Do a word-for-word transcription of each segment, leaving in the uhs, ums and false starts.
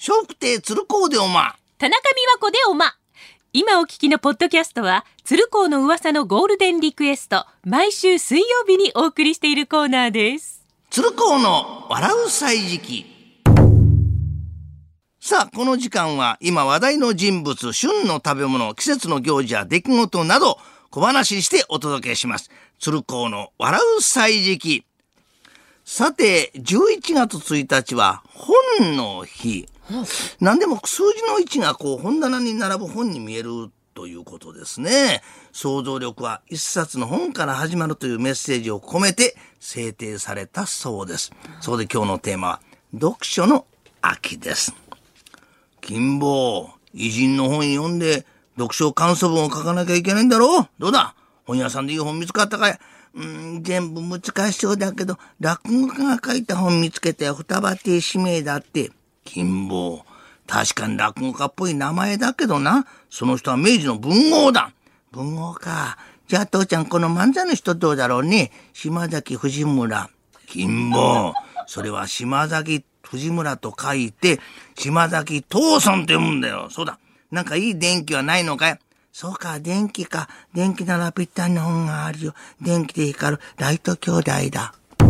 笑福亭鶴光でおま、 田中美和子でおま。今お聞きのポッドキャストは鶴光の噂のゴールデンリクエスト、毎週水曜日にお送りしているコーナーです。 鶴光の笑う歳時記。さあ、この時間は今話題の人物、旬の食べ物、季節の行事や出来事など小話してお届けします。鶴光の笑う歳時記。さて、じゅういちがつついたちは本の日。何でも数字のいちがこう本棚に並ぶ本に見えるということですね。想像力は一冊の本から始まるというメッセージを込めて制定されたそうです。そこで今日のテーマは読書の秋です。金坊、偉人の本読んで読書感想文を書かなきゃいけないんだろう。どうだ、本屋さんでいい本見つかったかい？うーん、全部難しそうだけど落語家が書いた本見つけたよ。双葉亭使命だって。金坊、確かに落語家っぽい名前だけどな、その人は明治の文豪だ。文豪か。じゃあ父ちゃん、この漫才の人どうだろうね。島崎藤村。金坊、それは島崎藤村と書いて島崎藤村って読むんだよ。そうだ、なんかいい電気はないのかい？そうか、電気か。電気ならぴったりの本があるよ。電気で光るライト兄弟だ。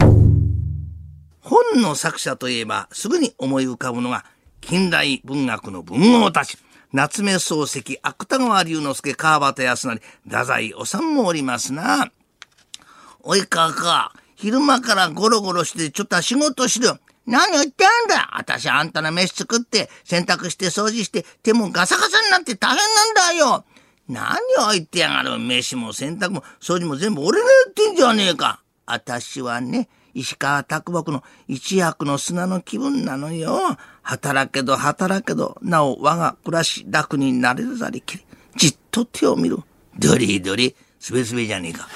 本の作者といえばすぐに思い浮かぶのが近代文学の文豪たち。夏目漱石、芥川龍之介、川端康成、太宰治もおりますな。おいかか、昼間からゴロゴロしてちょっと仕事しろよ。何言ってんだ。あたしあんたの飯作って洗濯して掃除して手もガサガサになって大変なんだよ。何を言ってやがる。飯も洗濯も掃除も全部俺がやってんじゃねえか。あたしはね、石川啄木の一躍の砂の気分なのよ。働けど働けどなお我が暮らし楽になれざりきり、じっと手を見る。どれどれ、すべすべじゃねえか。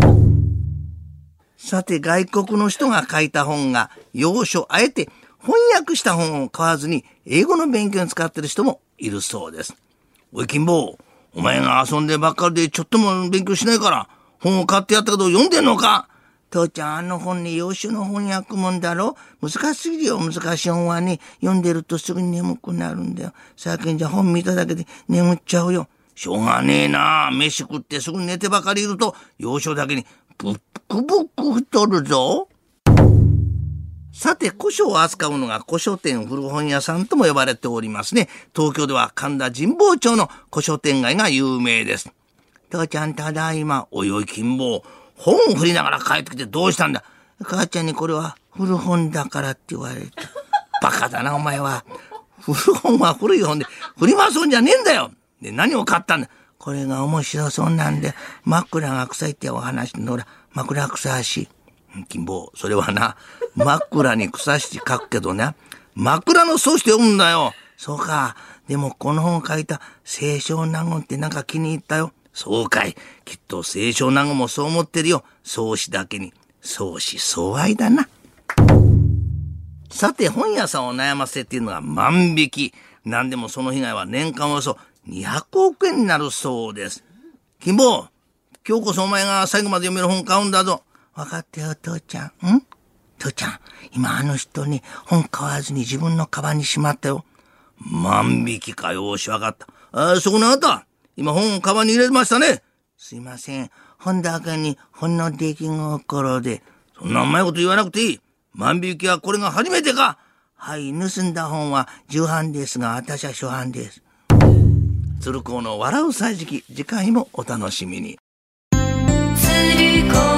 さて、外国の人が書いた本が要所、あえて翻訳した本を買わずに英語の勉強に使ってる人もいるそうです。おい金坊、お前が遊んでばっかりでちょっとも勉強しないから本を買ってやったけど読んでんのか？父ちゃん、あの本ね、洋書の翻訳もんだろ。難しすぎるよ。難しい本はね、読んでるとすぐに眠くなるんだよ。最近じゃ本見ただけで眠っちゃうよ。しょうがねえな。飯食ってすぐ寝てばかりいると洋書だけにぶっくぶく太るぞ。さて、古書を扱うのが古書店、古本屋さんとも呼ばれておりますね。東京では神田神保町の古書店街が有名です。父ちゃん、ただいま。おいおい金坊、本を振りながら帰ってきてどうしたんだ？母ちゃんにこれは古本だからって言われた。バカだなお前は。古本は古い本で振り回すんじゃねえんだよ。で、何を買ったんだ？これが面白そうなんで、枕が臭いってお話のほら、枕草し。金坊、それはな、枕に草し書くけどね、枕の草して読むんだよ。そうか。でもこの本を書いた清少納言ってなんか気に入ったよ。そうかい。きっと清少納言もそう思ってるよ。創始だけに相思相愛だな。さて、本屋さんを悩ませているのは万引き。何でもその被害は年間およそにひゃくおくえんになるそうです。金坊、今日こそお前が最後まで読める本買うんだぞ。分かったよ父ちゃん。ん父ちゃん、今あの人に本買わずに自分のカバンにしまったよ。万引きか。よし分かった。あ、そこのあなた、今本をカバンに入れましたね。すいません。本だけに本の出来心で。そんなうまいこと言わなくていい。万引きはこれが初めてか？はい、盗んだ本は重版ですが、私は初版です。鶴光の笑う歳時記、次回もお楽しみに。鶴光